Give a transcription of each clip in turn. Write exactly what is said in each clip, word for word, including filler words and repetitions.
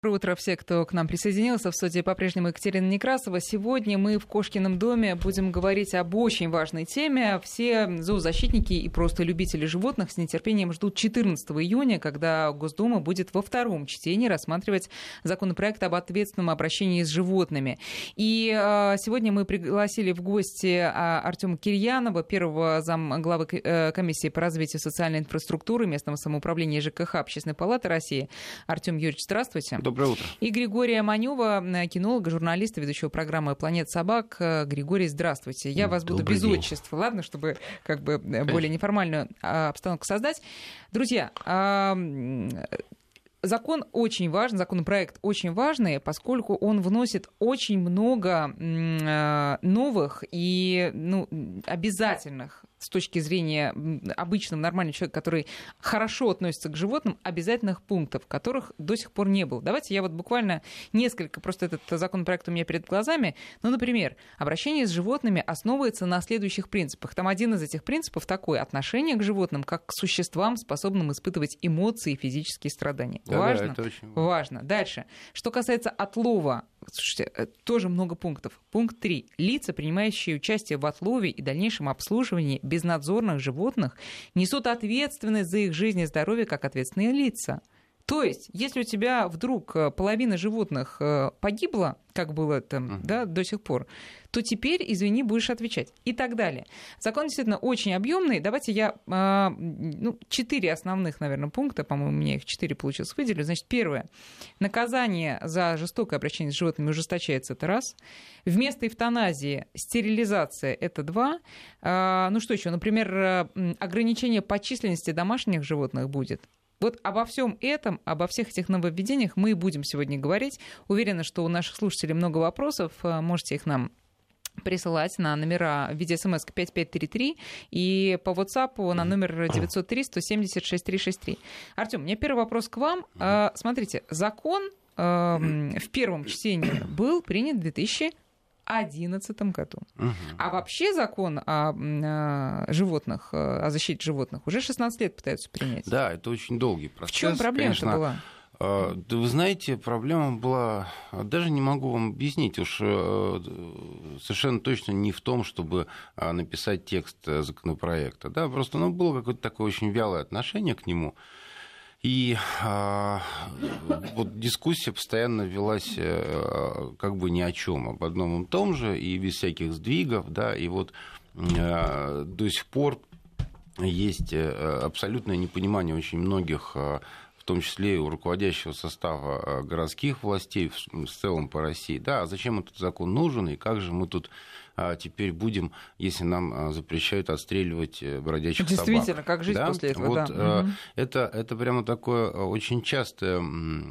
Доброе утро все, кто к нам присоединился. В студии по-прежнему Екатерина Некрасова. Сегодня мы в Кошкином доме будем говорить об очень важной теме. Все зоозащитники и просто любители животных с нетерпением ждут четырнадцатого июня, когда Госдума будет во втором чтении рассматривать законопроект об ответственном обращении с животными. И э, сегодня мы пригласили в гости э, Артема Кирьянова, первого замглавы э, комиссии по развитию социальной инфраструктуры, местного самоуправления ЖКХ Общественной палаты России. Артем Юрьевич, здравствуйте. Доброе утро. И Григория Манева, кинолога, журналиста, ведущего программы «Планета собак». Григорий, здравствуйте. Я вас буду без отчества, ладно, чтобы как бы более неформальную обстановку создать. Друзья, закон очень важен, законопроект очень важный, поскольку он вносит очень много новых и ну, обязательных с точки зрения обычного нормального человека, который хорошо относится к животным, обязательных пунктов, которых до сих пор не было. Давайте я вот буквально несколько, просто этот законопроект у меня перед глазами. Ну, например, обращение с животными основывается на следующих принципах. Там один из этих принципов такой: отношение к животным как к существам, способным испытывать эмоции и физические страдания. Да, важно? да, это очень важно. Важно. Дальше. Что касается отлова, слушайте, тоже много пунктов. Пункт три. Лица, принимающие участие в отлове и дальнейшем обслуживании безнадзорных животных, несут ответственность за их жизнь и здоровье как ответственные лица. То есть, если у тебя вдруг половина животных погибла, как было там, uh-huh. да, до сих пор, то теперь, извини, будешь отвечать. И так далее. Закон действительно очень объемный. Давайте я э, ну, четыре основных, наверное, пункта, по-моему, у меня их четыре получилось, выделю. Значит, первое. Наказание за жестокое обращение с животными ужесточается, это раз. Вместо эвтаназии стерилизация, это два. Э, ну что еще? Например, ограничение по численности домашних животных будет. Вот обо всем этом, обо всех этих нововведениях мы и будем сегодня говорить. Уверена, что у наших слушателей много вопросов. Можете их нам присылать на номера в виде смс пять пять три три и по WhatsApp на номер девятьсот три сто семьдесят шесть триста шестьдесят три. Артём, у меня первый вопрос к вам. Смотрите, закон в первом чтении был принят в две тысячи одиннадцатом году. Uh-huh. А вообще закон о, о животных, о защите животных уже шестнадцать лет пытаются принять. Да, это очень долгий процесс. В чем проблема-то была? Да вы знаете, проблема была, даже не могу вам объяснить, уж совершенно точно не в том, чтобы написать текст законопроекта. Да, просто ну, было какое-то такое очень вялое отношение к нему. И а, вот дискуссия постоянно велась а, как бы ни о чем, об одном и том же, и без всяких сдвигов, да, и вот а, до сих пор есть абсолютное непонимание очень многих, в том числе и у руководящего состава городских властей в целом по России, да, а зачем этот закон нужен, и как же мы тут а теперь будем, если нам запрещают отстреливать бродячих собак. Действительно, как жить да? после этого, вот, да. это, это прямо такое очень частое,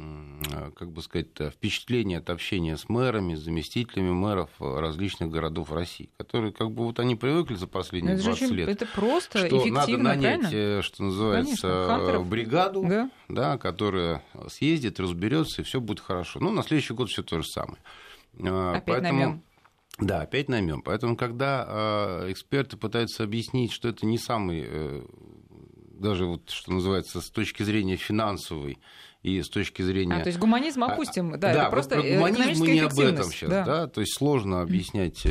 как бы сказать, впечатление от общения с мэрами, с заместителями мэров различных городов России, которые как бы вот они привыкли за последние это двадцать очень, лет, это просто что эффективно, надо нанять, правильно? Что называется, бригаду, да. Да, которая съездит, разберется, и все будет хорошо. Ну, на следующий год все то же самое. Опять Поэтому... наймем. Да, опять наймем. Поэтому, когда э, эксперты пытаются объяснить, что это не самый, э, даже вот, что называется, с точки зрения финансовой и с точки зрения... А, то есть гуманизм опустим, а, да, да, это просто про гуманизм мы не об этом сейчас, да. да, то есть сложно объяснять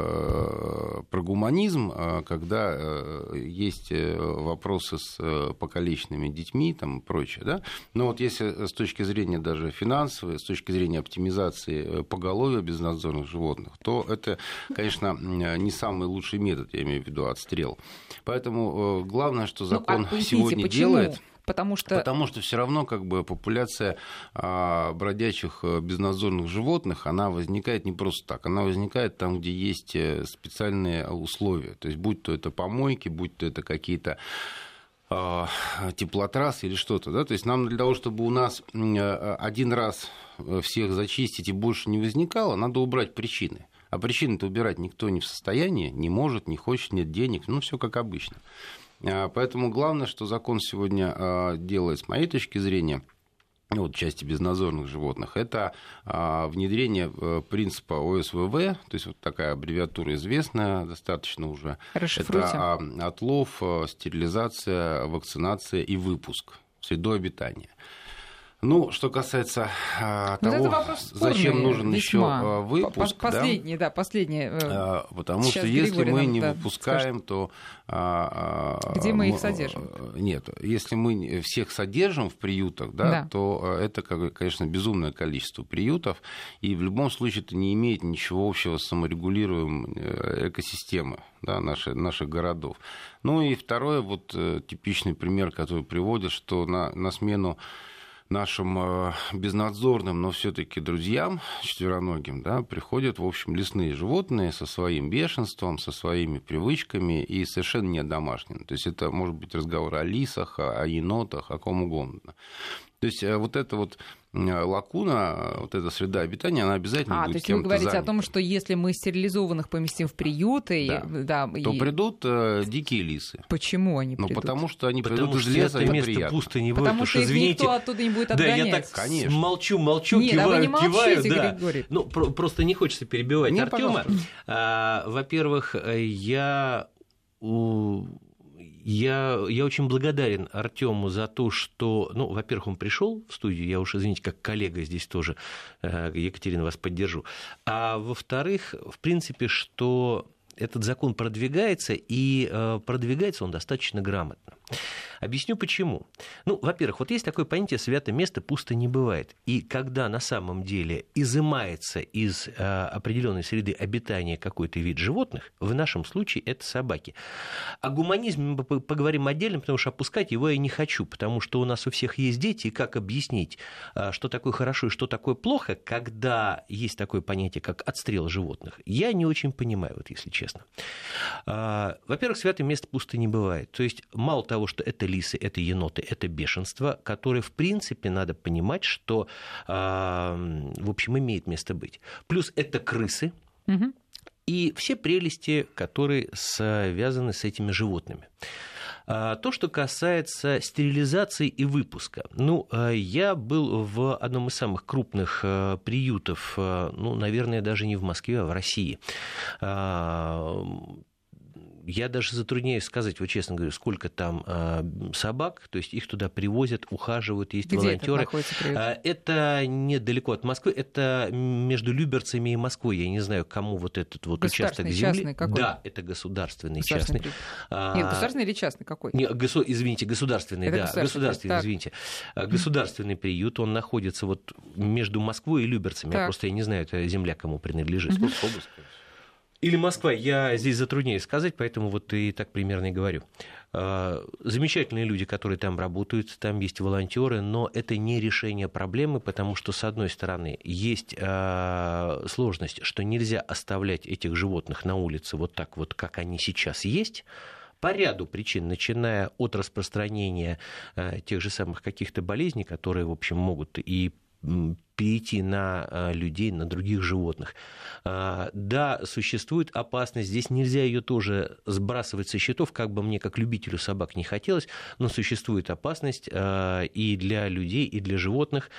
э, про гуманизм, когда э, есть вопросы с э, покалеченными детьми там, и прочее, да, но вот если с точки зрения даже финансовой, с точки зрения оптимизации поголовья безнадзорных животных, то это, конечно, не самый лучший метод, я имею в виду отстрел. Поэтому э, главное, что закон ну, сегодня почему? делает... Потому что... Потому что все равно как бы популяция а, бродячих безнадзорных животных, она возникает не просто так, она возникает там, где есть специальные условия. То есть будь то это помойки, будь то это какие-то а, теплотрассы или что-то. Да? То есть нам для того, чтобы у нас один раз всех зачистить и больше не возникало, надо убрать причины. А причины-то убирать никто не в состоянии, не может, не хочет, нет денег, ну все как обычно. Поэтому главное, что закон сегодня делает, с моей точки зрения, вот, части безнадзорных животных, это внедрение принципа о эс вэ вэ, то есть вот такая аббревиатура известная достаточно уже. Расшифруйте. Это отлов, стерилизация, вакцинация и выпуск в среду обитания. Ну, что касается а, того, зачем нужен еще выпуск, последний, да, да последний. А, потому что если мы не да, выпускаем, скажет. то а, где мы их содержим? Нет, если мы всех содержим в приютах, да, да. то это, конечно, безумное количество приютов, и в любом случае это не имеет ничего общего с саморегулируемой экосистемой, да, наших, наших городов. Ну и второе, вот типичный пример, который приводит, что на, на смену нашим э, безнадзорным, но все-таки друзьям четвероногим, да, приходят, в общем, лесные животные со своим бешенством, со своими привычками и совершенно не домашними. То есть это может быть разговор о лисах, о, о енотах, о ком угодно. То есть вот эта вот лакуна, вот эта среда обитания, она обязательно а, будет то есть кем-то вы говорите занята. о том, что если мы стерилизованных поместим в приюты, да. Да, то и... придут э, дикие лисы. Почему они ну, придут? Потому что они потому придут что из леса, это им место приятно. Пусто не потому будет, что их извините. никто оттуда не будет отгонять. Да, я так Конечно. молчу, молчу, Нет, киваю, а вы не молчите, киваю. Да. Григорий. Ну, про- просто не хочется перебивать не, Артёма. А, во-первых, я... У... Я, я очень благодарен Артему за то, что, ну, во-первых, он пришел в студию, я уж, извините, как коллега здесь тоже, Екатерина, вас поддержу, а во-вторых, в принципе, что этот закон продвигается, и продвигается он достаточно грамотно. Объясню почему. Ну, во-первых, вот есть такое понятие «свято место пусто не бывает». И когда на самом деле изымается из э, определенной среды обитания какой-то вид животных, в нашем случае это собаки. О гуманизме мы поговорим отдельно, потому что опускать его я не хочу, потому что у нас у всех есть дети, и как объяснить, что такое хорошо и что такое плохо, когда есть такое понятие, как отстрел животных, я не очень понимаю, вот если честно. Во-первых, святое место пусто не бывает. То есть мало того, что это лисы, это еноты, это бешенство, которое, в принципе, надо понимать, что, в общем, имеет место быть. Плюс это крысы угу. и все прелести, которые связаны с этими животными. То, что касается стерилизации и выпуска. Ну, я был в одном из самых крупных приютов, ну, наверное, даже не в Москве, а в России. Я даже затрудняюсь сказать, вот честно говорю, сколько там э, собак, то есть их туда привозят, ухаживают, есть где волонтеры. Это, это недалеко от Москвы, это между Люберцами и Москвой. Я не знаю, кому вот этот вот участок земли. Частный какой? Да, это государственный, государственный частный. А... Нет, государственный или частный какой? Не, госу... Извините, государственный, это да, государственный, так. извините. Государственный приют, он находится вот между Москвой и Люберцами. Так. Я просто я не знаю, это земля кому принадлежит. Угу. Или Москва, я здесь затрудняюсь сказать, поэтому вот и так примерно и говорю. Замечательные люди, которые там работают, там есть волонтеры, но это не решение проблемы, потому что, с одной стороны, есть сложность, что нельзя оставлять этих животных на улице вот так вот, как они сейчас есть, по ряду причин, начиная от распространения тех же самых каких-то болезней, которые, в общем, могут и перейти на людей, на других животных. Да, существует опасность, здесь нельзя ее тоже сбрасывать со счетов, как бы мне, как любителю собак, не хотелось, но существует опасность и для людей, и для животных.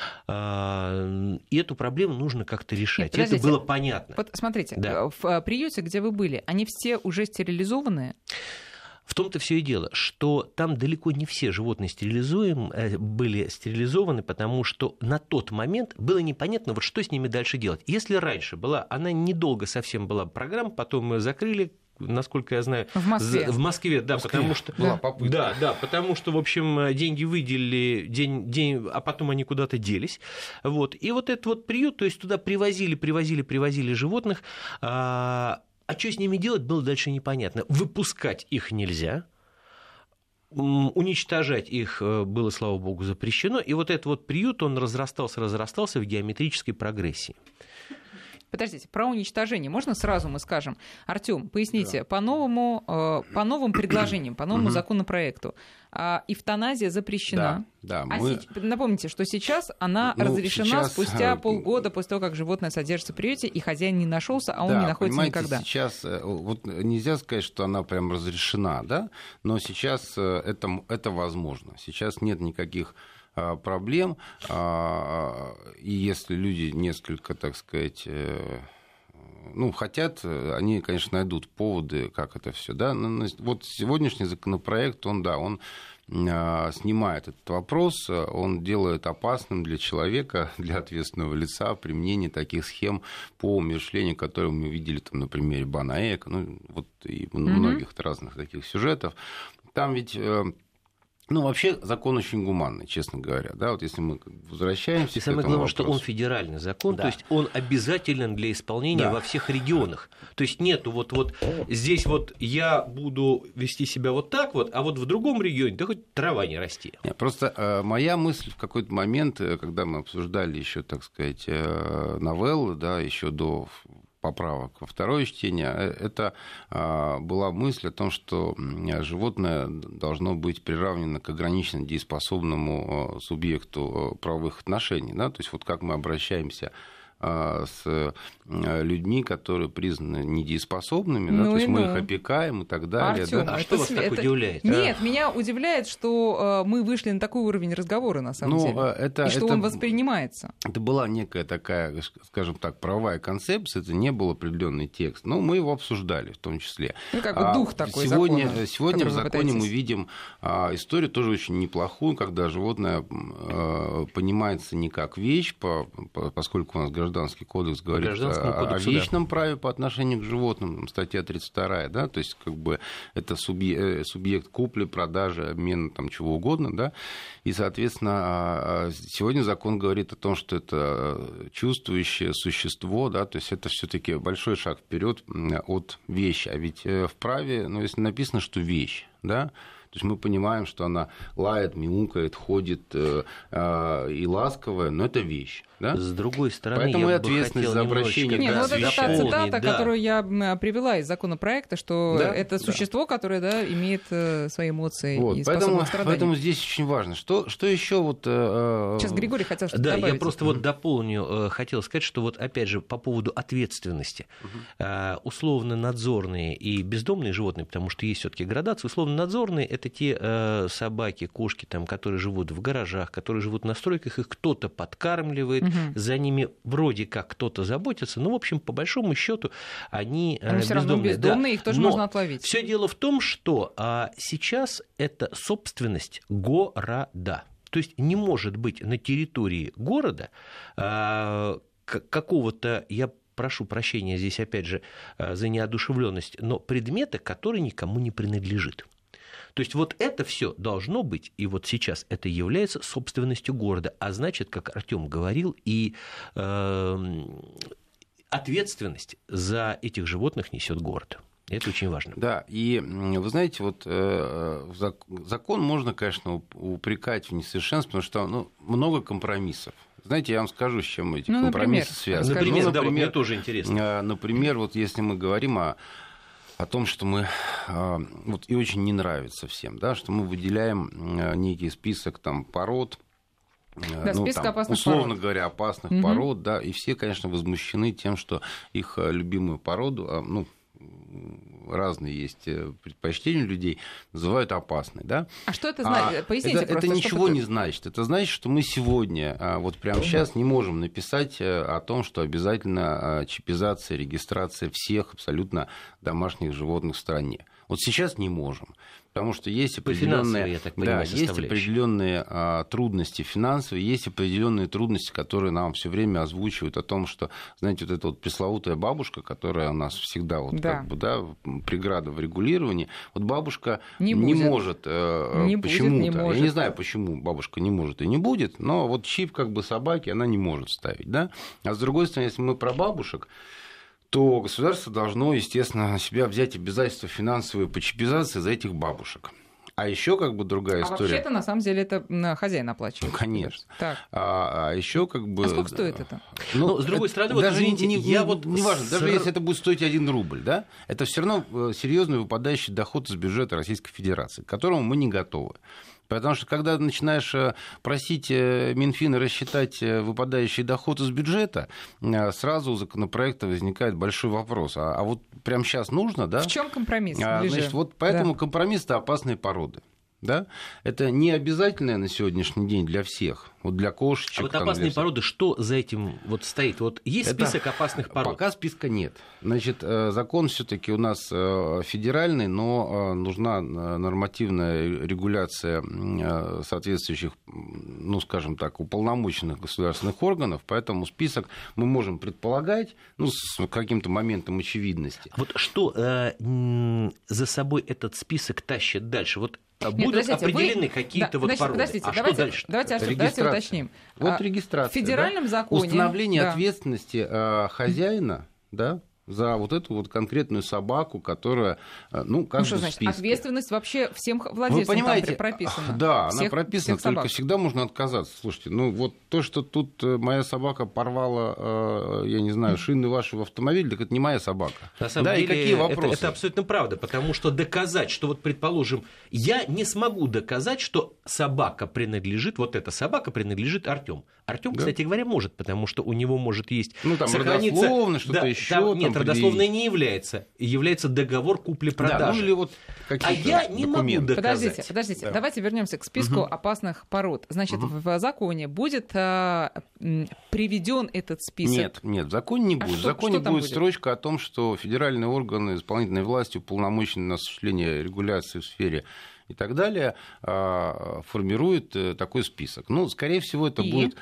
И эту проблему нужно как-то решать. Нет, это было понятно. Вот смотрите, да. В приюте, где вы были, они все уже стерилизованные? В том-то все и дело, что там далеко не все животные стерилизуем, были стерилизованы, потому что на тот момент было непонятно, вот что с ними дальше делать. Если раньше была, она недолго совсем была программа, потом мы закрыли, насколько я знаю, в Москве, в Москве, да, Москве. Потому что была попытка. Да, да, потому что, в общем, деньги выделили, день, день, а потом они куда-то делись, вот. И вот этот вот приют, то есть туда привозили, привозили, привозили животных. А что с ними делать, было дальше непонятно. Выпускать их нельзя, уничтожать их было, слава богу, запрещено. И вот этот вот приют, он разрастался, разрастался в геометрической прогрессии. Подождите, про уничтожение можно сразу мы скажем? Артём, поясните, да. по, новому, по новым предложениям, по новому законопроекту эвтаназия запрещена. Да, да, а мы... с... Напомните, что сейчас она ну, разрешена сейчас... спустя полгода после того, как животное содержится в приюте, и хозяин не нашелся, а он да, не находится никогда. Сейчас вот нельзя сказать, что она прям разрешена, да, но сейчас это, это возможно. Сейчас нет никаких проблем, и если люди несколько, так сказать, ну, хотят, они, конечно, найдут поводы, как это все, да. Вот сегодняшний законопроект, он, да, он снимает этот вопрос, он делает опасным для человека, для ответственного лица применение таких схем по умерщвлению, которые мы видели там, на примере Банаэко, ну, вот и mm-hmm. многих разных таких сюжетов. Там ведь... Ну, вообще, закон очень гуманный, честно говоря. Да, вот если мы возвращаемся и к этому самое главное, вопросу. что он федеральный закон, да. то есть он обязателен для исполнения да. во всех регионах. То есть нету вот, вот здесь вот я буду вести себя вот так вот, а вот в другом регионе, да хоть трава не расти. Нет, просто э, моя мысль в какой-то момент, когда мы обсуждали еще, так сказать, э, новеллы, да, еще до... поправок во второе чтение, это была мысль о том, что животное должно быть приравнено к ограниченно дееспособному субъекту правовых отношений. Да? То есть вот как мы обращаемся с людьми, которые признаны недееспособными, ну да, то есть мы ну. их опекаем и так далее. Артём, да? А что вас это... так удивляет? Нет, а? меня удивляет, что мы вышли на такой уровень разговора, на самом ну, деле, это, и что это, он воспринимается. Это была некая такая, скажем так, правовая концепция, это не был определенный текст, но мы его обсуждали в том числе. Ну, как бы дух такой сегодня, закона, сегодня в законе мы видим историю тоже очень неплохую, когда животное понимается не как вещь, поскольку у нас Гражданский кодекс говорит о, о вечном да. праве по отношению к животным, статья тридцать вторая, да, то есть как бы это субъект, субъект купли, продажи, обмена, там чего угодно, да, и, соответственно, сегодня закон говорит о том, что это чувствующее существо, да, то есть это все-таки большой шаг вперед от вещи, а ведь в праве, ну, если написано, что вещь, да, то есть мы понимаем, что она лает, мяукает, ходит э, э, и ласковая, но это вещь. Да? С другой стороны, поэтому я и ответственность за обращение. Нет, да, ну вот это та цитата, да. которую я привела из законопроекта, что да, это существо, да. которое да, имеет свои эмоции вот, и поэтому, способность страдать. Поэтому здесь очень важно. Что, что еще вот... Э, Сейчас Григорий хотел что-то да, добавить. я просто вот дополню, хотел сказать, что вот опять же по поводу ответственности. Uh-huh. Условно-надзорные и бездомные животные, потому что есть все-таки градация, условно-надзорные — это те собаки, кошки, там, которые живут в гаражах, которые живут на стройках, их кто-то подкармливает, угу. за ними вроде как кто-то заботится, но, в общем, по большому счету они но бездомные. Все равно бездомные, да. их тоже но можно отловить. Все дело в том, что а, сейчас это собственность города. То есть не может быть на территории города а, какого-то, я прошу прощения здесь опять же за неодушевленность, но предмета, который никому не принадлежит. То есть вот это все должно быть, и вот сейчас это является собственностью города, а значит, как Артём говорил, и э, ответственность за этих животных несет город. Это очень важно. Да, и вы знаете, вот э, закон можно, конечно, упрекать в несовершенстве, потому что ну, много компромиссов. Знаете, я вам скажу, с чем эти ну, компромиссы связаны. Например, ну, например, да, мне тоже интересно. Например, вот если мы говорим о о том, что мы, вот и очень не нравится всем, да, что мы выделяем некий список там, пород, да, ну, список там, опасных условно пород. говоря, опасных угу. пород, да, и все, конечно, возмущены тем, что их любимую породу, ну, разные есть предпочтения у людей, называют опасной. Да? А что это значит? А Поясните это, просто. Это ничего это... не значит. Это значит, что мы сегодня, вот прямо сейчас, не можем написать о том, что обязательно чипизация, регистрация всех абсолютно домашних животных в стране. Вот сейчас не можем. Потому что есть определенные, я так понимаю, да, есть определенные а, трудности финансовые, есть определенные трудности, которые нам все время озвучивают о том, что, знаете, вот эта вот пресловутая бабушка, которая у нас всегда вот да. как бы, да, преграда в регулировании, вот бабушка не, не может э, не почему-то, будет, не может. Я не знаю, почему бабушка не может и не будет, но вот чип как бы собаки она не может ставить, да. А с другой стороны, если мы про бабушек, то государство должно, естественно, на себя взять обязательства финансовые по чипизации за этих бабушек. А еще как бы другая а история. А вообще-то, на самом деле, это хозяин оплачивает. Ну, конечно. Так. А, а еще как бы... А сколько стоит это? Ну, ну с другой стороны, вот, даже извините, не, я не, вот... Не важно, даже если это будет стоить один рубль, да, это все равно серьезный выпадающий доход из бюджета Российской Федерации, к которому мы не готовы. Потому что когда начинаешь просить Минфина рассчитать выпадающий доход из бюджета, сразу у законопроекта возникает большой вопрос. А, а вот прямо сейчас нужно, да? В чем компромисс? А, значит, вот поэтому да. компромисс-то опасные породы. Да? Это не обязательное на сегодняшний день для всех. Вот для кошечек. А вот там, опасные для... породы, что за этим вот стоит? Вот есть Это... список опасных пород? Пока списка нет. Значит, закон все-таки у нас федеральный, но нужна нормативная регуляция соответствующих, ну, скажем так, уполномоченных государственных органов, поэтому список мы можем предполагать, ну, с каким-то моментом очевидности. Вот что э, за собой этот список тащит дальше? Вот будут Нет, определены вы... какие-то да, вот значит, породы. Подождите, а давайте, что дальше? давайте, Артур, давайте уточним. Вот регистрация. В федеральном да? законе... Установление да. ответственности э, хозяина, да, за вот эту вот конкретную собаку, которая, ну, как ну, бы что значит, в списке. Ответственность вообще всем владельцам Вы понимаете, там прописана. Да, всех, она прописана, только собак. всегда можно отказаться. Слушайте, ну вот то, что тут моя собака порвала, я не знаю, шины вашего автомобиля, так это не моя собака. На самом да, деле, и какие вопросы? Это, это абсолютно правда, потому что доказать, что вот, предположим, я не смогу доказать, что собака принадлежит, вот эта собака принадлежит Артёму. Артём, да. кстати говоря, может, потому что у него может есть... Ну, там сохраниться... родословно, что-то да, еще. Там, там нет, при... родословное не является. Является договор купли-продажи. Да, ну, или вот а я не документы. могу доказать. Подождите, подождите. Да. Давайте вернемся к списку угу. опасных пород. Значит, угу. в законе будет а, приведен этот список? Нет, нет, в законе не а будет. Что, в законе что будет, будет строчка о том, что федеральные органы исполнительной власти, уполномоченные на осуществление регуляции в сфере и так далее, формируют такой список. Ну, скорее всего, это и? будут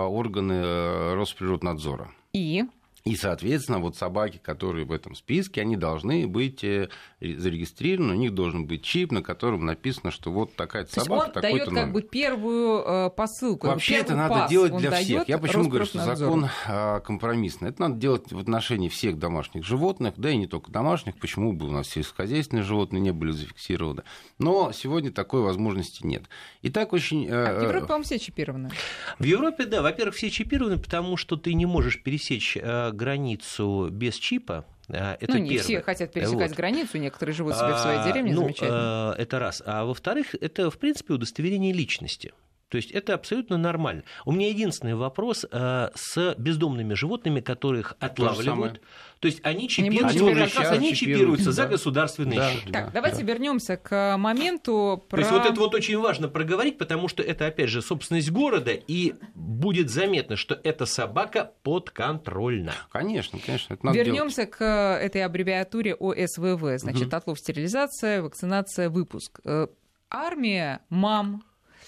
органы Росприроднадзора. И? И, соответственно, вот собаки, которые в этом списке, они должны быть зарегистрированы, у них должен быть чип, на котором написано, что вот такая-то собака, такой-то номер. Он дает как бы первую посылку. Вообще это надо делать для всех. Я почему говорю, что закон компромиссный. Это надо делать в отношении всех домашних животных, да и не только домашних, почему бы у нас сельскохозяйственные животные не были зафиксированы. Но сегодня такой возможности нет. И так очень... А в Европе, по-моему, все чипированы. В Европе, да, во-первых, все чипированы, потому что ты не можешь пересечь границу без чипа. Это ну, не первое. все хотят пересекать вот. границу, некоторые живут себе в своей деревне, а, ну, замечательно. Это раз. А во-вторых, это, в принципе, удостоверение личности. То есть это абсолютно нормально. У меня единственный вопрос э, с бездомными животными, которых отлавливают. То есть они чипируются, они, как раз они чипируются да. за государственный да, счет. Так, да, давайте да. вернемся к моменту. Про... То есть вот это вот очень важно проговорить, потому что это, опять же, собственность города, и будет заметно, что эта собака подконтрольна. Конечно, конечно. Это надо Вернемся делать. к этой аббревиатуре О С В В. Значит, угу. отлов, стерилизация, вакцинация, выпуск. Армия мам,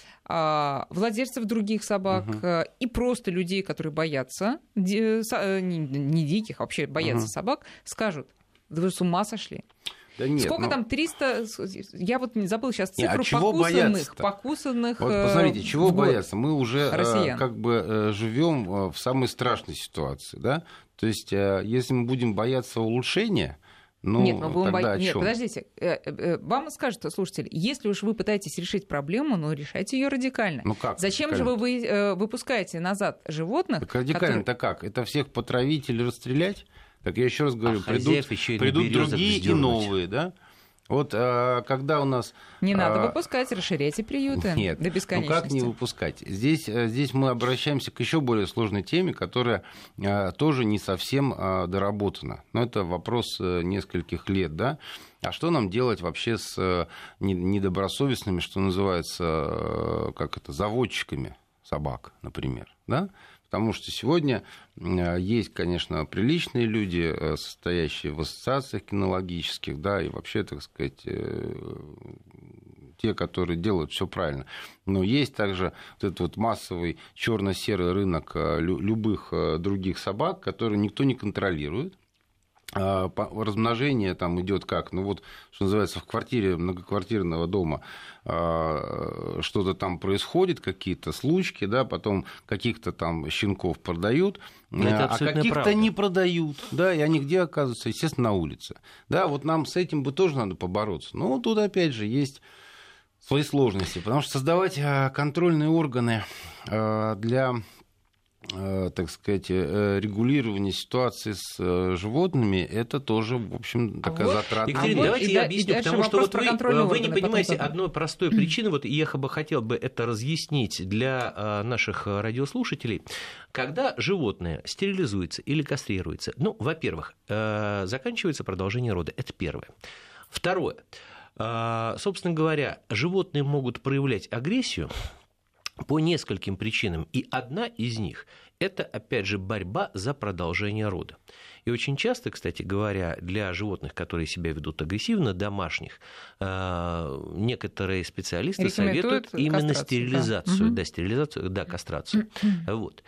владельцев других собак угу. и просто людей, которые боятся, не диких, вообще боятся угу. собак, скажут, да вы с ума сошли. Да нет, Сколько ну... там, триста, я вот не забыл сейчас цифру, не, а покусанных, покусанных вот посмотрите, чего в год бояться? Мы уже россиян. как бы живем в самой страшной ситуации, да? То есть, если мы будем бояться улучшения, ну, Нет, мы будем тогда бо... о Нет, чём? подождите. Вам скажут слушатели, если уж вы пытаетесь решить проблему, ну, решайте ее радикально. Ну, как Зачем радикально? же вы выпускаете назад животных? Так радикально-то которые... как? Это всех потравить или расстрелять? Так я еще раз говорю, а придут, еще придут другие и новые, да? Вот а, когда у нас... Не надо а... выпускать, расширяйте приюты Нет, до бесконечности. Ну как не выпускать? Здесь, здесь мы обращаемся к еще более сложной теме, которая а, тоже не совсем а, доработана. Но это вопрос а, нескольких лет, да? А что нам делать вообще с а, недобросовестными, что называется, а, как это, заводчиками собак, например, да? Потому что сегодня есть, конечно, приличные люди, состоящие в ассоциациях кинологических, да, и вообще, так сказать, те, которые делают все правильно. Но есть также вот этот вот массовый черно-серый рынок любых других собак, которые никто не контролирует. Размножение там идет как? Ну вот, что называется, в квартире многоквартирного дома что-то там происходит, какие-то случаи, да, потом каких-то там щенков продают, а каких-то правда. не продают, да, и они где оказываются? Естественно, на улице. Да, вот нам с этим бы тоже надо побороться. Но тут, опять же, есть свои сложности, потому что создавать контрольные органы для... так сказать, регулирование ситуации с животными, это тоже, в общем, такая а вот, затратная. Екатерина, а давайте вот, я и, объясню, и потому что вот вы, вы не понимаете потом... одной простой причины, вот я бы хотел бы это разъяснить для наших радиослушателей. Когда животное стерилизуется или кастрируется, ну, во-первых, заканчивается продолжение рода, это первое. Второе. Собственно говоря, животные могут проявлять агрессию по нескольким причинам, и одна из них – это, опять же, борьба за продолжение рода. И очень часто, кстати говоря, для животных, которые себя ведут агрессивно, домашних, некоторые специалисты советуют именно стерилизацию, да, да, стерилизацию, да, кастрацию. Вот.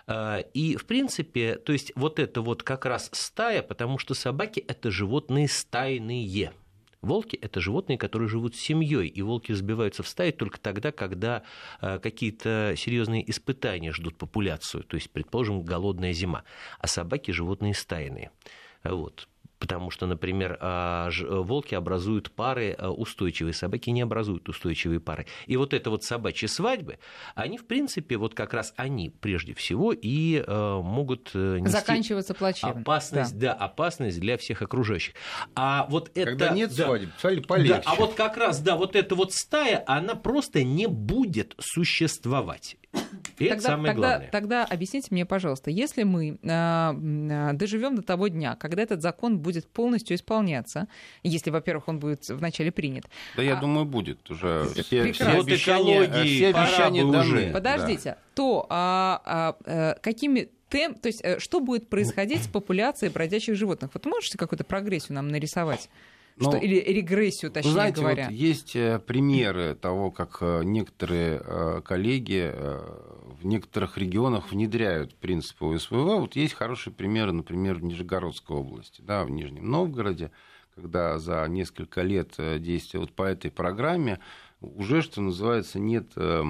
И, в принципе, то есть вот это вот как раз стая, потому что собаки – это животные стайные. Волки – это животные, которые живут семьей, и волки разбиваются в стаи только тогда, когда какие-то серьезные испытания ждут популяцию, то есть, предположим, голодная зима. А собаки – животные стайные. Вот. Потому что, например, волки образуют пары устойчивые, собаки не образуют устойчивые пары. И вот это вот собачьи свадьбы, они, в принципе, вот как раз они прежде всего и могут нести заканчиваться плачевно. Опасность, да. Да, опасность для всех окружающих. А вот это, когда нет да, свадеб, свадеб полегче. Да, а вот как раз, да, вот эта вот стая, она просто не будет существовать. И тогда, это самое тогда, главное. Тогда объясните мне, пожалуйста, если мы э, доживем до того дня, когда этот закон будет полностью исполняться, если, во-первых, он будет вначале принят. Да, я а... думаю, будет уже. Все, все вот обещания, все обещания даны. Уже. Подождите, да. то а, а, а, какими темпами, то есть что будет происходить с популяцией бродячих животных? Вот можете какую-то прогрессию нам нарисовать? Что, ну, или регрессию, точнее знаете, говоря. Вот есть примеры того, как некоторые коллеги в некоторых регионах внедряют принципы о эс вэ вэ. Вот есть хорошие примеры, например, в Нижегородской области, да, в Нижнем Новгороде, когда за несколько лет действия вот по этой программе уже, что называется, нет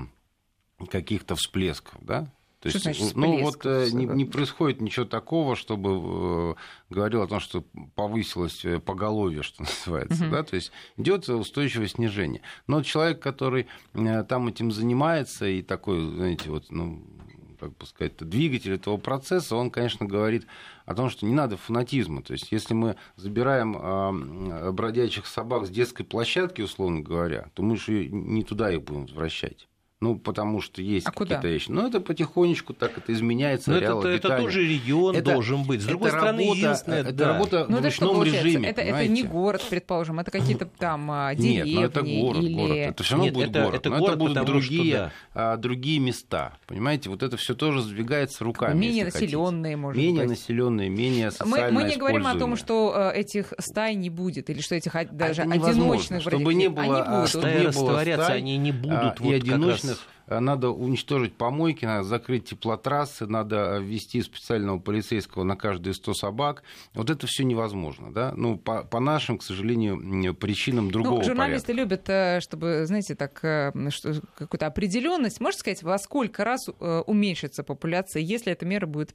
каких-то всплесков, да. То что есть, значит, ну вот не, не происходит ничего такого, чтобы э, говорило о том, что повысилось поголовье, что называется, uh-huh. да, то есть идет устойчивое снижение. Но человек, который э, там этим занимается и такой, знаете, вот, ну, как бы сказать, двигатель этого процесса, он, конечно, говорит о том, что не надо фанатизма. То есть, если мы забираем э, бродячих собак с детской площадки, условно говоря, то мы же не туда их будем возвращать. Ну, потому что есть а какие-то куда? вещи. Но это потихонечку так это изменяется. Но это, это тоже регион это, должен быть. С другой стороны, работа, единственное... Это да. работа ну, в ручном режиме. Это, это не город, предположим, это какие-то там деревни. Нет, ну это город, или... город. Это все равно Нет, будет это, город. Это но город, это будут другие, да. другие места. Понимаете, вот это все тоже сдвигается руками. Менее населенные, может менее быть. Менее населенные, менее социально Мы, мы не говорим о том, что этих стай не будет, или что этих даже это одиночных чтобы не было, они стаи растворятся, они не будут. И вот одиночных. Надо уничтожить помойки, надо закрыть теплотрассы, надо ввести специального полицейского на каждые сто собак. Вот это все невозможно, да? Ну, по, по нашим, к сожалению, причинам другого ну, журналисты порядка. любят, чтобы, знаете, так, какую-то определенность. Можете сказать, во сколько раз уменьшится популяция, если эта мера будет...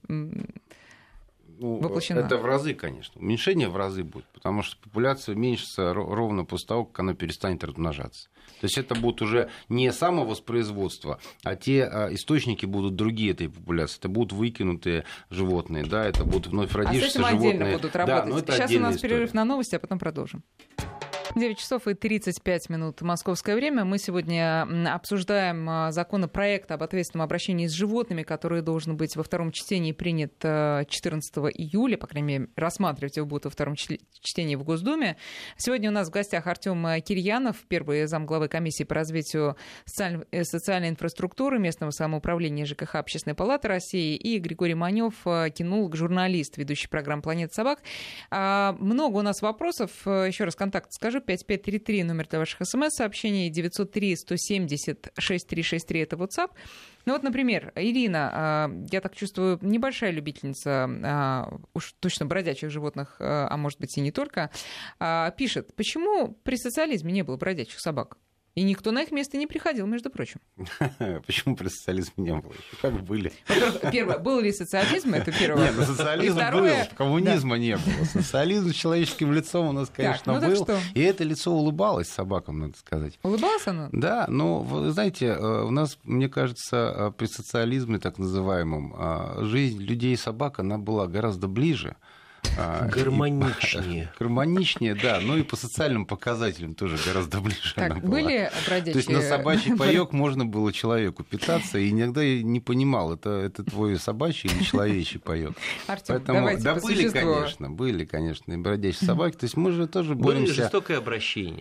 Ну, воплощена. Это в разы, конечно. Уменьшение в разы будет, потому что популяция уменьшится ровно после того, как она перестанет размножаться. То есть это будет уже не самовоспроизводство, а те источники будут другие этой популяции. Это будут выкинутые животные, да, это будут вновь родившиеся животные. А с этим отдельно будут работать. Да, сейчас у нас история. Перерыв на новости, а потом продолжим. девять часов и тридцать пять минут московское время. Мы сегодня обсуждаем законопроект об ответственном обращении с животными, который должен быть во втором чтении принят четырнадцатого июля. По крайней мере, рассматривать его будут во втором чтении в Госдуме. Сегодня у нас в гостях Артём Кирьянов, первый замглавы комиссии по развитию социальной, социальной инфраструктуры местного самоуправления ЖКХ Общественной палаты России, и Григорий Манёв, кинолог, журналист, ведущий программы «Планета собак». Много у нас вопросов. Еще раз контакт скажу. пять пять три три номер для ваших смс-сообщений, девятьсот три сто семьдесят шесть триста шестьдесят три это WhatsApp. Ну вот, например, Ирина, я так чувствую, небольшая любительница уж точно бродячих животных, а может быть и не только, пишет, почему при социализме не было бродячих собак? И никто на их место не приходил, между прочим. Почему при социализме не было? Еще как были. Во-первых, первое, был ли социализм, это первое. Нет, ну социализм второе... был, коммунизма да. не было. Социализм с человеческим лицом у нас, конечно, так, ну был. Так и это лицо улыбалось собакам, надо сказать. Улыбалось оно? Да, но, вы знаете, у нас, мне кажется, при социализме, так называемом, жизнь людей и собак, она была гораздо ближе. Гармоничнее. И, гармоничнее, да. Ну и по социальным показателям тоже гораздо ближе так, она была. Были бродячие... То есть на собачий паёк можно было человеку питаться, и иногда я не понимал, это, это твой собачий или человечий паёк. Артём, Поэтому, давайте да, по были, существу. конечно, были, конечно, и бродячие собаки. То есть мы же тоже боремся... Были жестокое обращение.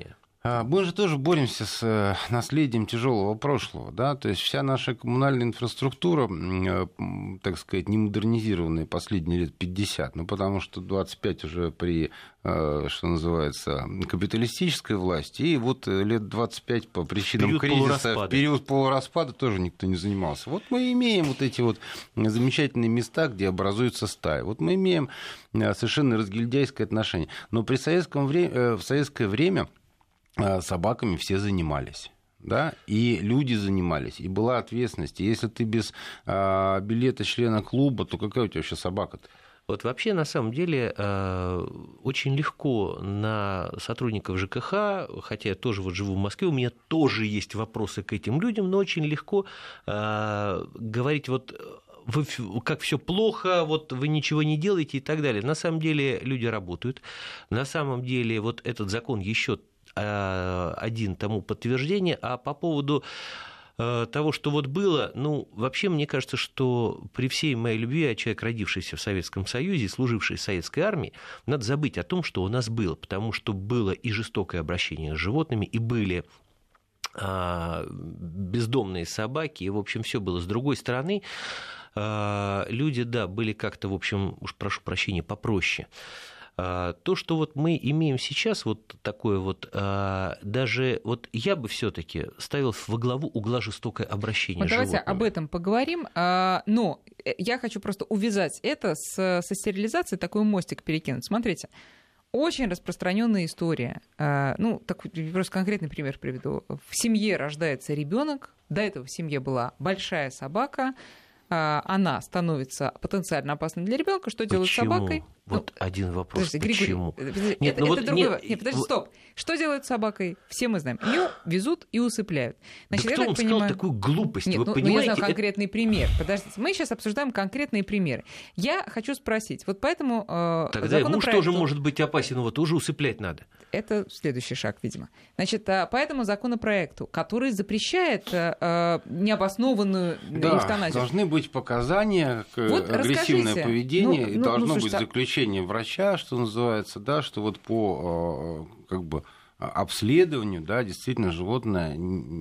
Мы же тоже боремся с наследием тяжелого прошлого, да, то есть вся наша коммунальная инфраструктура, так сказать, не модернизированная последние лет пятьдесят, ну, потому что двадцать пять уже при, что называется, капиталистической власти, и вот лет двадцать пять по причинам период кризиса, полураспада. в период полураспада тоже никто не занимался. Вот мы имеем вот эти вот замечательные места, где образуются стаи. Вот мы имеем совершенно разгильдяйское отношение. Но при советском вре... в советское время собаками все занимались. Да, и люди занимались, и была ответственность. И если ты без а, билета члена клуба, то какая у тебя вообще собака-то? Вот вообще, на самом деле, очень легко на сотрудников ЖКХ, хотя я тоже вот живу в Москве, у меня тоже есть вопросы к этим людям, но очень легко говорить вот... Вы, как все плохо, вот вы ничего не делаете и так далее. На самом деле люди работают. На самом деле вот этот закон еще один тому подтверждение. А по поводу того, что вот было, ну, вообще, мне кажется, что при всей моей любви, я человек, родившийся в Советском Союзе, служивший в советской армии, надо забыть о том, что у нас было, потому что было и жестокое обращение с животными, и были бездомные собаки, и, в общем, все было. С другой стороны, люди, да, были как-то, в общем, уж прошу прощения, попроще. То, что вот мы имеем сейчас, вот такое вот, даже вот я бы все-таки ставил во главу угла жестокое обращение с животными. Давайте об этом поговорим, но я хочу просто увязать это с, со стерилизацией, такой мостик перекинуть. Смотрите, очень распространенная история. Ну, такой просто конкретный пример приведу. В семье рождается ребенок, до этого в семье была большая собака, она становится потенциально опасной для ребенка. Что делают с собакой? Вот ну, один вопрос. Подожди, почему? Григорий, нет, это, ну, это вот другой вопрос. Нет, подожди, вот... стоп. Что делают с собакой? Все мы знаем. Ее везут и усыпляют. Значит, да кто вам понимаю... сказал такую глупость? Нет, Вы ну, понимаете? Ну, я знаю конкретный это... пример. Подождите, мы сейчас обсуждаем конкретные примеры. Я хочу спросить, вот поэтому э, Тогда муж тоже может быть опасен, его тоже усыплять надо. Это следующий шаг, видимо. Значит, по этому законопроекту, который запрещает э, необоснованную да, эвтаназию. Должны быть показания, вот агрессивное расскажите. поведение, ну, и ну, должно ну, быть слушайте, заключение врача, что называется, да, что вот по как бы обследованию, да, действительно животное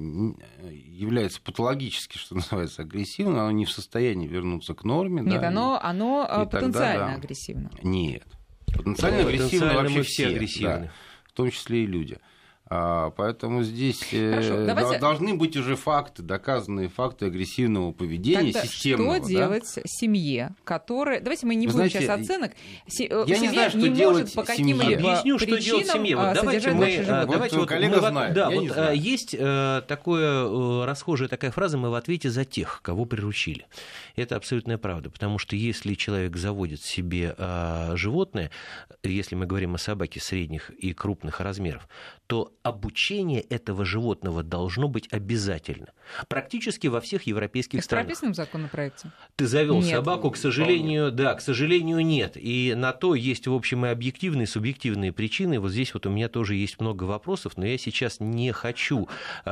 является патологически, что называется, агрессивным, оно не в состоянии вернуться к норме. Нет, да, оно, и, оно и потенциально тогда, да. агрессивно. Нет. Потенциально да, агрессивны вообще все, все, агрессивны. Да, в том числе и люди. А, поэтому здесь Хорошо, давайте... должны быть уже факты, доказанные факты агрессивного поведения. Тогда системного. Что да? делать семье, которая... Давайте мы не Вы будем знаете, сейчас оценок. Я семья не знаю, что не делать может по семье. каким-либо Объясню, что делать семье. Вот давайте мы, давайте вот вот коллега мы, знает, да, я вот не знаю. Есть такое расхожая такая фраза: мы в ответе за тех, кого приручили. Это абсолютная правда, потому что если человек заводит себе животное, если мы говорим о собаке средних и крупных размеров, то обучение этого животного должно быть обязательно. Практически во всех европейских Это странах. Это прописано в законопроекте? Ты завел нет. собаку, к сожалению, да, к сожалению, нет. И на то есть, в общем, и объективные, и субъективные причины. Вот здесь вот у меня тоже есть много вопросов, но я сейчас не хочу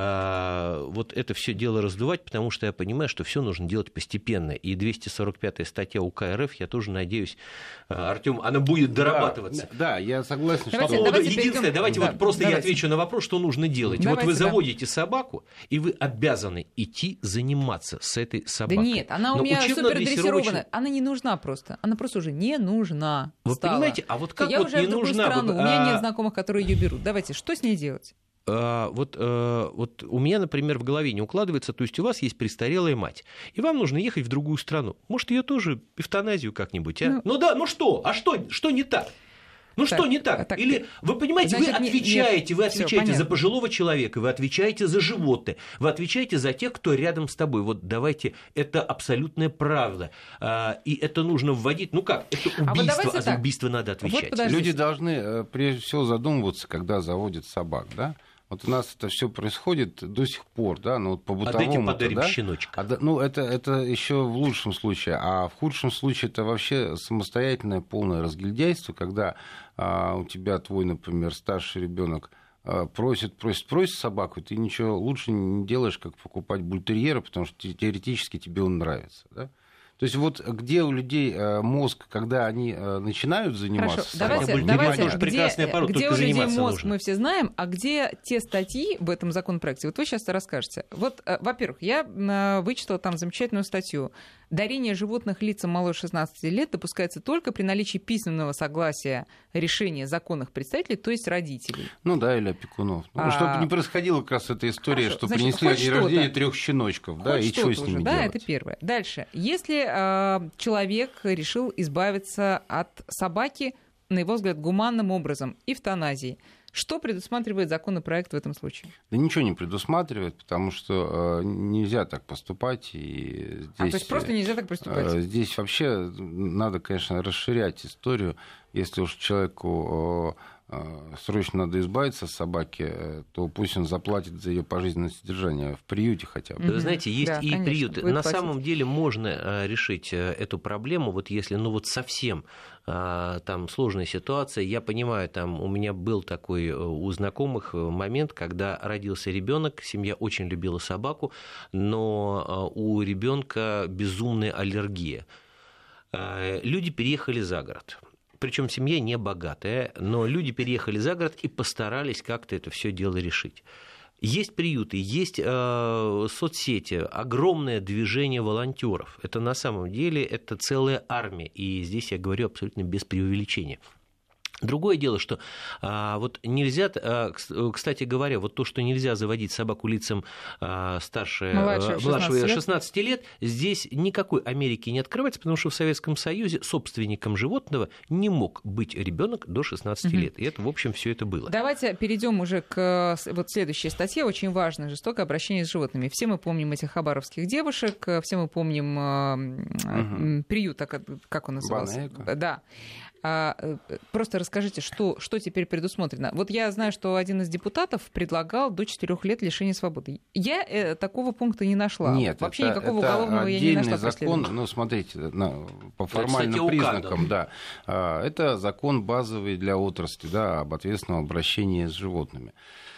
а, вот это все дело раздувать, потому что я понимаю, что все нужно делать постепенно. И двести сорок пятая статья УК РФ, я тоже надеюсь, Артём, она будет дорабатываться. Да, да, я согласен. Давайте, что... давайте Единственное, перейдем... давайте да, вот просто давайте. я отвечу на вопрос, что нужно делать. Давайте, вот вы да. заводите собаку, и вы обязаны идти заниматься с этой собакой. Да нет, она у Но меня супер учебно-дрессировочный- дрессирована. Она не нужна просто. Она просто уже не нужна. Вы стала. понимаете, а вот как Я вот уже не в другую нужна... страну. Вы- У меня а- нет знакомых, которые ее берут. Давайте, что с ней делать? А, Вот, э, вот у меня, например, в голове не укладывается, то есть у вас есть престарелая мать, и вам нужно ехать в другую страну. Может, ее тоже эвтаназию как-нибудь, а? Ну, Ну да, ну что? А что, что не так? Ну Так, что не так? так, Или вы понимаете, значит, вы не- отвечаете, нет, вы всё, отвечаете за понятно. пожилого человека, вы отвечаете за животное, вы отвечаете за тех, кто рядом с тобой. Вот давайте, это абсолютная правда. А, и это нужно вводить. Ну как? Это А вот убийство, давайте а, за так. убийство надо отвечать. подождите. Люди должны э, прежде всего задумываться, когда заводят собак, да? Вот у нас это все происходит до сих пор, да, ну вот по А бытовому, дайте подарим да? щеночка. А, да, ну это, это еще в лучшем случае, а в худшем случае это вообще самостоятельное полное разгильдяйство, когда а, у тебя твой, например, старший ребенок а, просит, просит, просит собаку, ты ничего лучше не делаешь, как покупать бультерьера, потому что те- теоретически тебе он нравится, да? То есть вот где у людей мозг, когда они начинают заниматься... Хорошо, давайте, давайте тоже прекрасный аппарат, где, где у людей мозг, нужно. Мы все знаем, а где те статьи в этом законопроекте? Вот вы сейчас расскажете. Вот, во-первых, я вычитала там замечательную статью. Дарение животных лицам моложе шестнадцати лет допускается только при наличии письменного согласия решения законных представителей, то есть родителей. Ну да, или опекунов. Ну, а... Чтобы не происходила как раз эта история, Хорошо. что Значит, принесли на день что-то. рождения трех щеночков, да, хоть и что с ними уже, делать? Да, это первое. Дальше. Если э, человек решил избавиться от собаки, на его взгляд, гуманным образом, эвтаназией, что предусматривает законопроект в этом случае? Да ничего не предусматривает, потому что э, нельзя так поступать. И здесь, а, то есть просто нельзя так поступать? Э, здесь вообще надо, конечно, расширять историю. Если уж человеку э, э, срочно надо избавиться от собаки, э, то пусть он заплатит за ее пожизненное содержание в приюте хотя бы. Вы знаете, есть да, и конечно, приюты. будет На платить. самом деле можно решить эту проблему, вот если, ну вот совсем там сложная ситуация. Я понимаю, там у меня был такой у знакомых момент, когда родился ребенок, семья очень любила собаку, но у ребенка безумная аллергия. Люди переехали за город. Причем семья не богатая, но люди переехали за город и постарались как-то это все дело решить. Есть приюты, есть э, соцсети, огромное движение волонтеров. Это на самом деле это целая армия. И здесь я говорю абсолютно без преувеличения. Другое дело, что а, вот нельзя, а, кстати говоря, вот то, что нельзя заводить собаку лицам а, старше, младше младше шестнадцати лет, здесь никакой Америки не открывается, потому что в Советском Союзе собственником животного не мог быть ребенок до шестнадцати угу. лет. И это, в общем, все это было. Давайте перейдем уже к вот следующей статье, очень важной, жестокое обращение с животными. Все мы помним этих хабаровских девушек, все мы помним угу. приют, как он назывался? Банэко. Да. Просто расскажите, что, что теперь предусмотрено. Вот я знаю, что один из депутатов предлагал до четырёх лет лишения свободы. Я э, такого пункта не нашла. Нет, вообще это, никакого это уголовного я не нашла. Закон, ну, смотрите, на, по формальным это, кстати, признакам, да, это закон базовый для отрасли, да, об ответственном обращении с животными.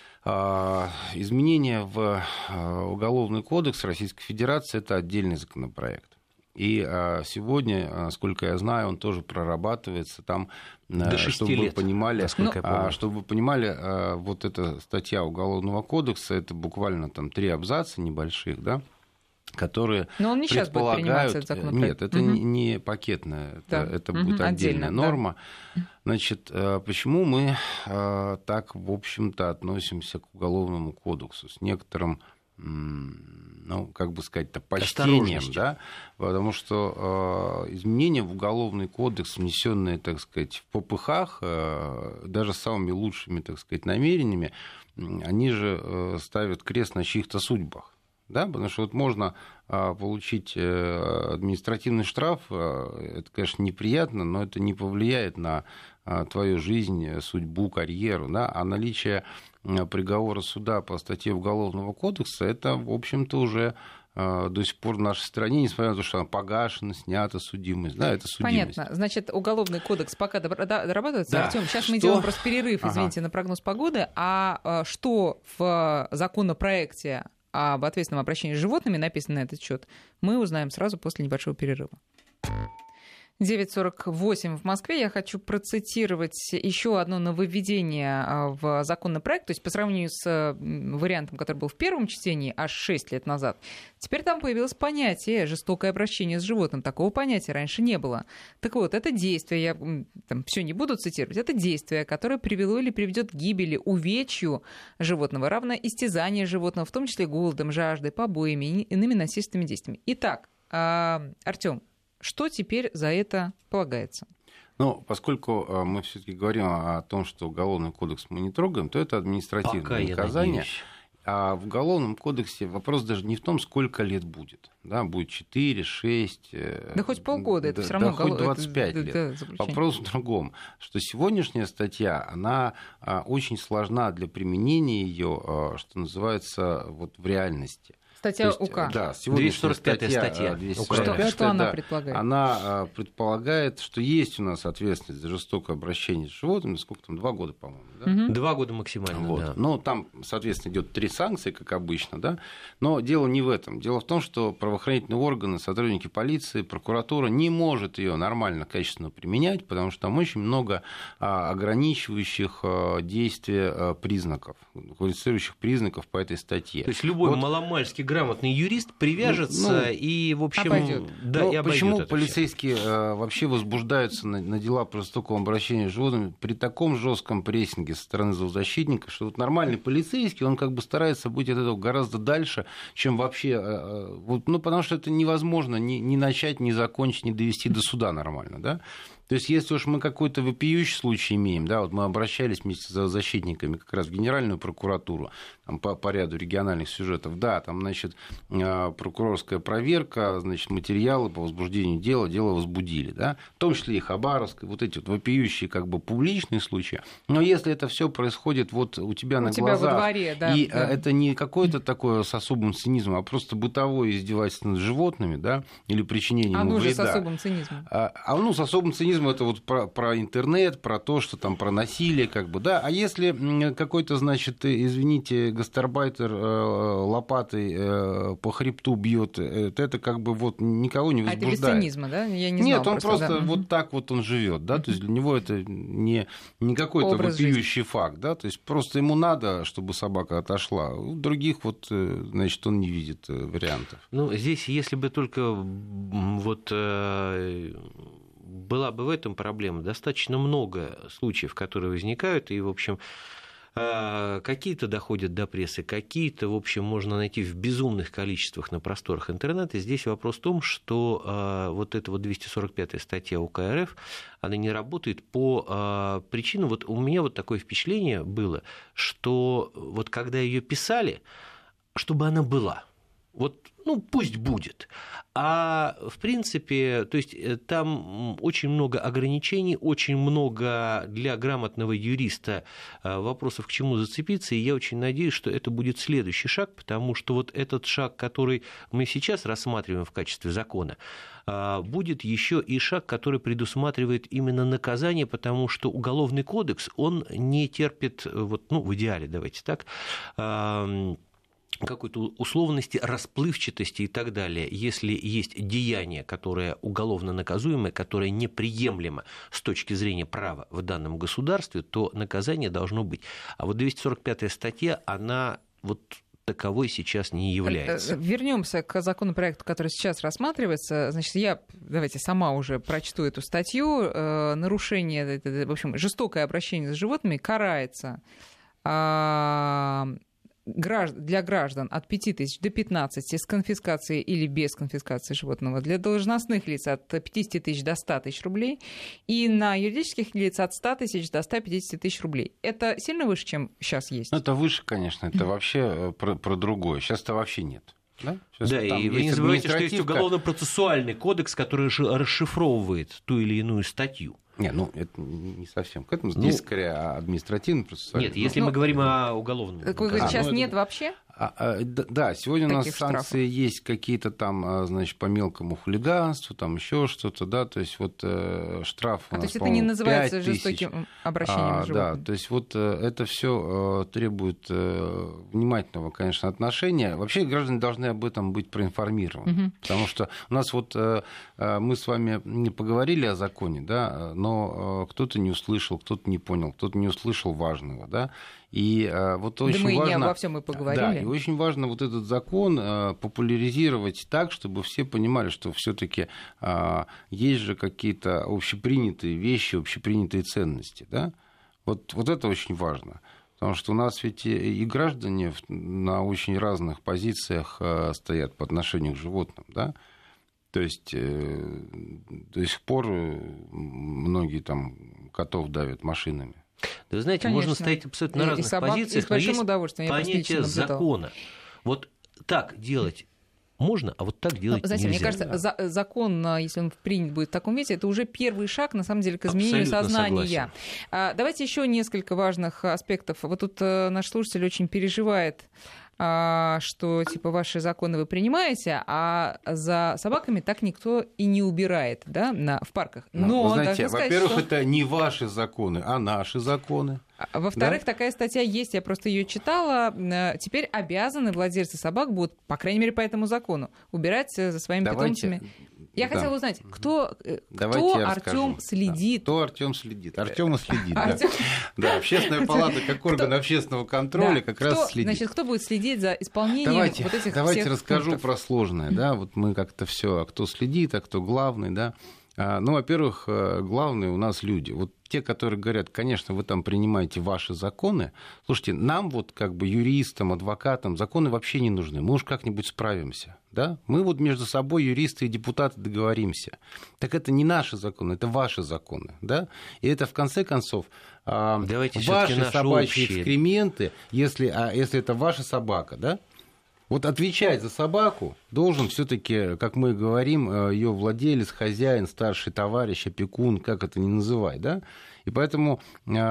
Изменения в Уголовный кодекс Российской Федерации – это отдельный законопроект. И сегодня, насколько я знаю, он тоже прорабатывается там, чтобы лет, вы понимали, а, чтобы вы понимали, вот эта статья Уголовного кодекса, это буквально там три абзаца небольших, да, которые Но он не предполагают... Сейчас будет приниматься, Нет, это угу. не пакетная, да. это, это угу. будет отдельная Отдельно, норма. Да. Значит, почему мы так, в общем-то, относимся к Уголовному кодексу с некоторым, ну, как бы сказать-то, почтением, да, потому что э, изменения в Уголовный кодекс, внесенные, так сказать, в попыхах, э, даже самыми лучшими, так сказать, намерениями, они же э, ставят крест на чьих-то судьбах, да, потому что вот можно э, получить э, административный штраф, э, это, конечно, неприятно, но это не повлияет на э, твою жизнь, судьбу, карьеру, да, а наличие приговора суда по статье Уголовного кодекса, это, в общем-то, уже э, до сих пор в нашей стране, несмотря на то, что она погашена, снята судимость, да, это судимость. Понятно. Значит, Уголовный кодекс пока дорабатывается. Да. Артём, сейчас что... мы делаем просто перерыв, извините, ага. на прогноз погоды. А что в законопроекте об ответственном обращении с животными написано на этот счет, мы узнаем сразу после небольшого перерыва. девять сорок восемь в Москве. Я хочу процитировать еще одно нововведение в законопроект. То есть по сравнению с вариантом, который был в первом чтении аж шесть лет назад, теперь там появилось понятие «жестокое обращение с животным». Такого понятия раньше не было. Так вот, это действие, я там все не буду цитировать, это действие, которое привело или приведет к гибели, увечью животного, равно истязанию животного, в том числе голодом, жаждой, побоями и иными насильственными действиями. Итак, Артём, что теперь за это полагается? Ну, поскольку мы все-таки говорим о том, что Уголовный кодекс мы не трогаем, то это административное Пока наказание. А в Уголовном кодексе вопрос даже не в том, сколько лет будет. Да, будет четыре, шесть... Да хоть полгода, это да, все равно... Да, хоть двадцать пять это, лет. да, да, вопрос в другом, что сегодняшняя статья, она очень сложна для применения ее, что называется, вот в реальности. Статья есть, УК. Да, двести сорок пятая статья. двести сорок пятая, что, что она да, предполагает? Она предполагает, что есть у нас ответственность за жестокое обращение с животными, сколько там, два года, по-моему. Да? Угу. Два года максимально, вот. Да. Ну, там, соответственно, идет три санкции, как обычно, да. Но дело не в этом. Дело в том, что правоохранительные органы, сотрудники полиции, прокуратура не может ее нормально, качественно применять, потому что там очень много а, ограничивающих а, действия а, признаков, квалифицирующих признаков по этой статье. То есть любой вот. маломальски грамотный юрист привяжется ну, и, в общем, обойдет. Да, ну, и почему это полицейские э, вообще возбуждаются на, на дела по жестокому обращению с животными при таком жестком прессинге со стороны зоозащитника, что вот нормальный полицейский, он как бы старается быть от этого гораздо дальше, чем вообще... Э, вот, ну, потому что это невозможно ни, ни начать, ни закончить, ни довести до суда нормально, да? То есть, если уж мы какой-то вопиющий случай имеем, да, вот мы обращались вместе с защитниками как раз в Генеральную прокуратуру там, по, по ряду региональных сюжетов, да, там, значит, прокурорская проверка, значит, материалы по возбуждению дела, дело возбудили, да, в том числе и Хабаровск, вот эти вот вопиющие как бы публичные случаи, но если это все происходит вот у тебя у на тебя глазах, во дворе, да, и да. это не какое-то такое с особым цинизмом, а просто бытовое издевательство над животными, да, или причинение а ему ну вреда. же с особым цинизмом. А, а ну, с особым цинизмом это вот про, про интернет, про то, что там про насилие, как бы, да. А если какой-то, значит, извините, гастарбайтер э, лопатой э, по хребту бьет, это, это как бы вот никого не возбуждает. А это без цинизма, да? Я не знала. Нет, он просто, просто да. вот так вот он живет, да, то есть для него это не, не какой-то образ вопиющий жизни. Факт, да, то есть просто ему надо, чтобы собака отошла. У других вот, значит, он не видит вариантов. Ну, здесь, если бы только вот была бы в этом проблема, достаточно много случаев, которые возникают, и, в общем, какие-то доходят до прессы, какие-то, в общем, можно найти в безумных количествах на просторах интернета. Здесь вопрос в том, что э, вот эта вот двести сорок пятая статья УК РФ, она не работает по э, причинам. Вот у меня вот такое впечатление было, что вот когда ее писали, чтобы она была. Вот, ну, пусть будет. А в принципе, то есть там очень много ограничений, очень много для грамотного юриста вопросов, к чему зацепиться, и я очень надеюсь, что это будет следующий шаг, потому что вот этот шаг, который мы сейчас рассматриваем в качестве закона, будет еще и шаг, который предусматривает именно наказание, потому что Уголовный кодекс, он не терпит, вот, ну, в идеале, давайте так, какой-то условности, расплывчатости и так далее. Если есть деяние, которое уголовно наказуемое, которое неприемлемо с точки зрения права в данном государстве, то наказание должно быть. А вот двести сорок пятая статья, она вот таковой сейчас не является. Вернемся к законопроекту, который сейчас рассматривается. Значит, я, давайте, сама уже прочту эту статью. Нарушение, в общем, жестокое обращение с животными карается для граждан от пяти тысяч до пятнадцати с конфискацией или без конфискации животного, для должностных лиц от пятидесяти тысяч до ста тысяч рублей, и на юридических лиц от ста тысяч до ста пятидесяти тысяч рублей. Это сильно выше, чем сейчас есть? Ну, это выше, конечно, это вообще про, про другое. Сейчас-то вообще нет. Да, да, и вы не забывайте, что есть уголовно-процессуальный кодекс, который расшифровывает ту или иную статью. Нет, ну это не совсем к этому. Здесь, ну, скорее, административно-процессуальный. Нет, если ну, мы говорим о уголовном. Так вы говорите, сейчас а, ну, нет это... вообще? А, а, да, сегодня у нас санкции штрафов есть какие-то там, значит, по мелкому хулиганству, там еще что-то, да, то есть вот э, штраф у а нас, то есть это не называется жестоким обращением а, с животными? Да, то есть вот э, это все э, требует э, внимательного, конечно, отношения. Вообще граждане должны об этом быть проинформированы, угу. Потому что у нас вот э, мы с вами не поговорили о законе, да, но э, кто-то не услышал, кто-то не понял, кто-то не услышал важного, да. И а, вот очень да мы важно, не обо всем и поговорили. Да, и очень важно вот этот закон а, популяризировать так, чтобы все понимали, что все-таки а, есть же какие-то общепринятые вещи, общепринятые ценности, да. Вот, вот это очень важно. Потому что у нас ведь и граждане на очень разных позициях а, стоят по отношению к животным, да. То есть э, до сих пор многие там котов давят машинами. Да вы знаете, конечно, можно стоять абсолютно на разных и собак, позициях, и но есть понятие закона. Вот так делать можно, а вот так делать ну, знаете, нельзя. Мне кажется, за- закон, если он принят будет в таком виде, это уже первый шаг, на самом деле, к изменению абсолютно сознания. А, давайте еще несколько важных аспектов. Вот тут а, наш слушатель очень переживает что типа ваши законы вы принимаете, а за собаками так никто и не убирает, да, на, в парках. Но, вы знаете, во-первых, что... это не ваши законы, а наши законы. Во-вторых, да? такая статья есть, я просто ее читала. Теперь обязаны владельцы собак будут, по крайней мере, по этому закону, убирать за своими Давайте... питомцами. Я да. хотела узнать, кто, кто Артём следит? Да. Кто Артём следит? Артём следит. Да. да, общественная палата как орган общественного контроля как раз следит. Значит, кто будет следить за исполнением давайте, вот этих Давайте всех расскажу пунктов? про сложное. Да? Вот мы как-то все, а кто следит, а кто главный, да. Ну, во-первых, главные у нас люди. Вот те, которые говорят, конечно, вы там принимаете ваши законы. Слушайте, нам вот как бы юристам, адвокатам законы вообще не нужны. Мы уж как-нибудь справимся. Да? Мы вот между собой, юристы и депутаты, договоримся. Так это не наши законы, это ваши законы. Да? И это, в конце концов, Давайте ваши собачьи общие. экскременты, если, а если это ваша собака, да? Вот отвечать за собаку должен все-таки, как мы говорим, ее владелец, хозяин, старший товарищ, опекун, как это ни называй, да? И поэтому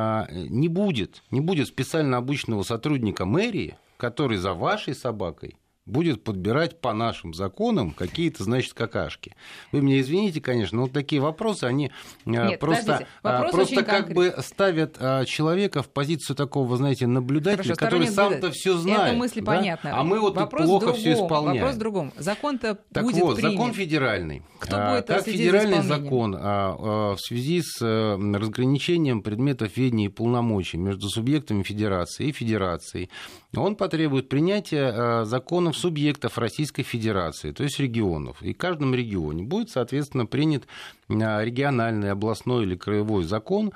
не будет, не будет специально обученного сотрудника мэрии, который за вашей собакой будет подбирать по нашим законам какие-то, значит, какашки. Вы меня извините, конечно, но вот такие вопросы, они Нет, просто, просто как бы ставят человека в позицию такого, знаете, наблюдателя, Хорошо, который сам-то все знает. Эта мысль да? понятна. А мы вот вопрос плохо другом, все исполняем. Вопрос в другом. Закон-то так будет вот, принят. закон федеральный. Кто будет как следить федеральный за закон в связи с разграничением предметов ведения и полномочий между субъектами федерации и федерацией, он потребует принятия законов субъектов Российской Федерации, то есть регионов. И в каждом регионе будет, соответственно, принят региональный, областной или краевой закон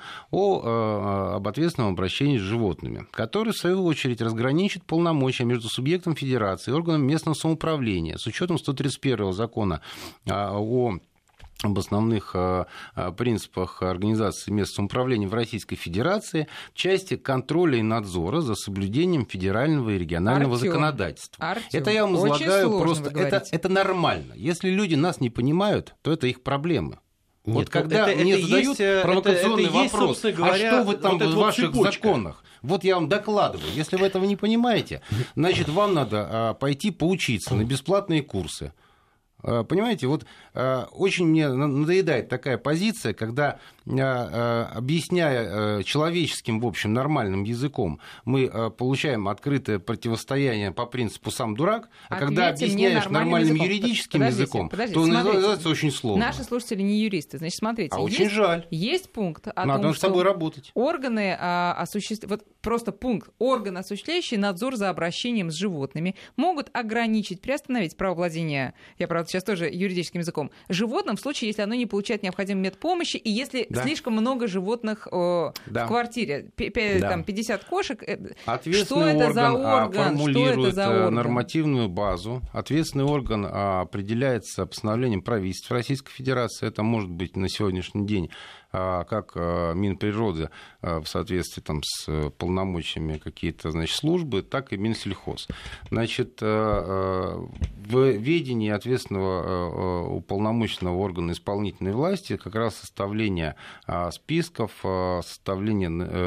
о, об ответственном обращении с животными, который, в свою очередь, разграничит полномочия между субъектом Федерации и органом местного самоуправления с учетом сто тридцать первого закона о об основных принципах организации местного самоуправления в Российской Федерации в части контроля и надзора за соблюдением федерального и регионального Артём, законодательства. Артём, это я вам излагаю просто, это, это нормально. Если люди нас не понимают, то это их проблемы. Нет, вот когда это, мне это задают есть, провокационный это, это вопрос, есть, говоря, а что вы там вот в ваших вот законах? Вот я вам докладываю. Если вы этого не понимаете, значит, вам надо пойти поучиться на бесплатные курсы. Понимаете, вот очень мне надоедает такая позиция, когда, объясняя человеческим, в общем, нормальным языком, мы получаем открытое противостояние по принципу «сам дурак», а Ответьте когда объясняешь нормальным языком. юридическим подождите, языком, подождите, то смотрите, называется очень сложно. Наши слушатели не юристы, значит, смотрите. А есть, очень жаль. Есть пункт о Надо том, с собой работать. Органы а, осуществляют, вот просто пункт, органы, осуществляющие надзор за обращением с животными, могут ограничить, приостановить право владения, я, правда, сейчас тоже юридическим языком, животным в случае, если оно не получает необходимой медпомощи, и если да. слишком много животных о, да. в квартире, да. там пятьдесят кошек, что это за орган, что это за орган? Нормативную базу. Ответственный орган определяется постановлением правительства Российской Федерации. Это может быть на сегодняшний день как Минприроды в соответствии там, с полномочиями какие-то, значит, службы, так и Минсельхоз. Значит, в ведении ответственного уполномоченного органа исполнительной власти как раз составление списков, составление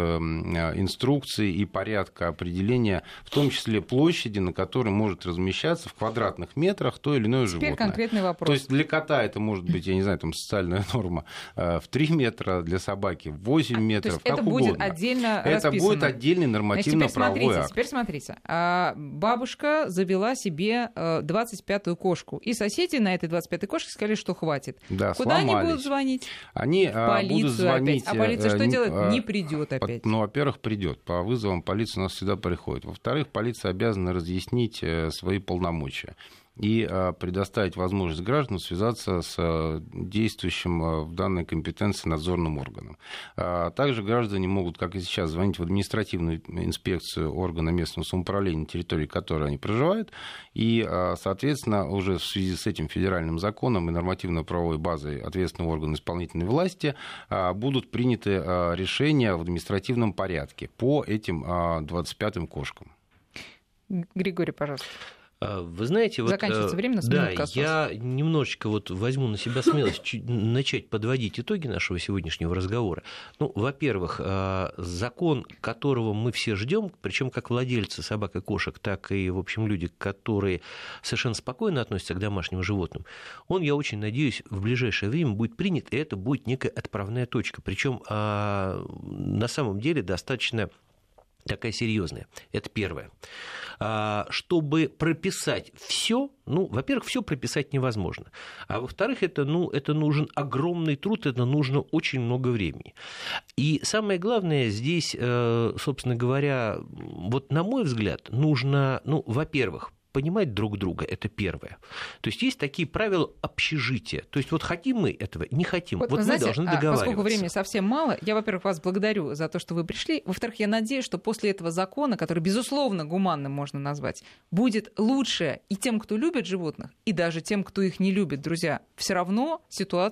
инструкций и порядка определения, в том числе площади, на которой может размещаться в квадратных метрах то или иное Теперь животное. Теперь конкретный вопрос. То есть для кота это может быть, я не знаю, там социальная норма в три метра, для собаки восемь метров, а, как это угодно. Будет отдельно это расписано. будет отдельный нормативно-правовой Значит, акт. Теперь смотрите. Бабушка завела себе двадцать пятую кошку, и соседи на этой двадцать пятой кошке сказали, что хватит. Да, Куда сломались. они будут звонить? Они полицию будут звонить. Опять. А полиция что делает? Не придет опять. Ну, во-первых, придет. По вызовам полиция у нас всегда приходит. Во-вторых, полиция обязана разъяснить свои полномочия и предоставить возможность гражданам связаться с действующим в данной компетенции надзорным органом. Также граждане могут, как и сейчас, звонить в административную инспекцию органа местного самоуправления, на территории которой они проживают, и, соответственно, уже в связи с этим федеральным законом и нормативно-правовой базой ответственного органа исполнительной власти будут приняты решения в административном порядке по этим двадцати пятым кошкам. Григорий, пожалуйста. Вы знаете, вот, заканчивается время, нас да, минутка осталась. Я немножечко вот возьму на себя смелость чуть, начать подводить итоги нашего сегодняшнего разговора. Ну, во-первых, закон, которого мы все ждем, причем как владельцы собак и кошек, так и, в общем, люди, которые совершенно спокойно относятся к домашним животным, он, я очень надеюсь, в ближайшее время будет принят, и это будет некая отправная точка. Причем на самом деле достаточно такая серьезная. Это первое. Чтобы прописать все, ну, во-первых, все прописать невозможно. А во-вторых, это, ну, это нужен огромный труд, это нужно очень много времени. И самое главное здесь, собственно говоря, вот на мой взгляд, нужно, ну, во-первых, понимать друг друга, это первое. То есть есть такие правила общежития. То есть вот хотим мы этого, не хотим. Вот, вот мы знаете, должны договариваться. Поскольку времени совсем мало, я, во-первых, вас благодарю за то, что вы пришли. Во-вторых, я надеюсь, что после этого закона, который, безусловно, гуманным можно назвать, будет лучше и тем, кто любит животных, и даже тем, кто их не любит, друзья. Все равно ситуация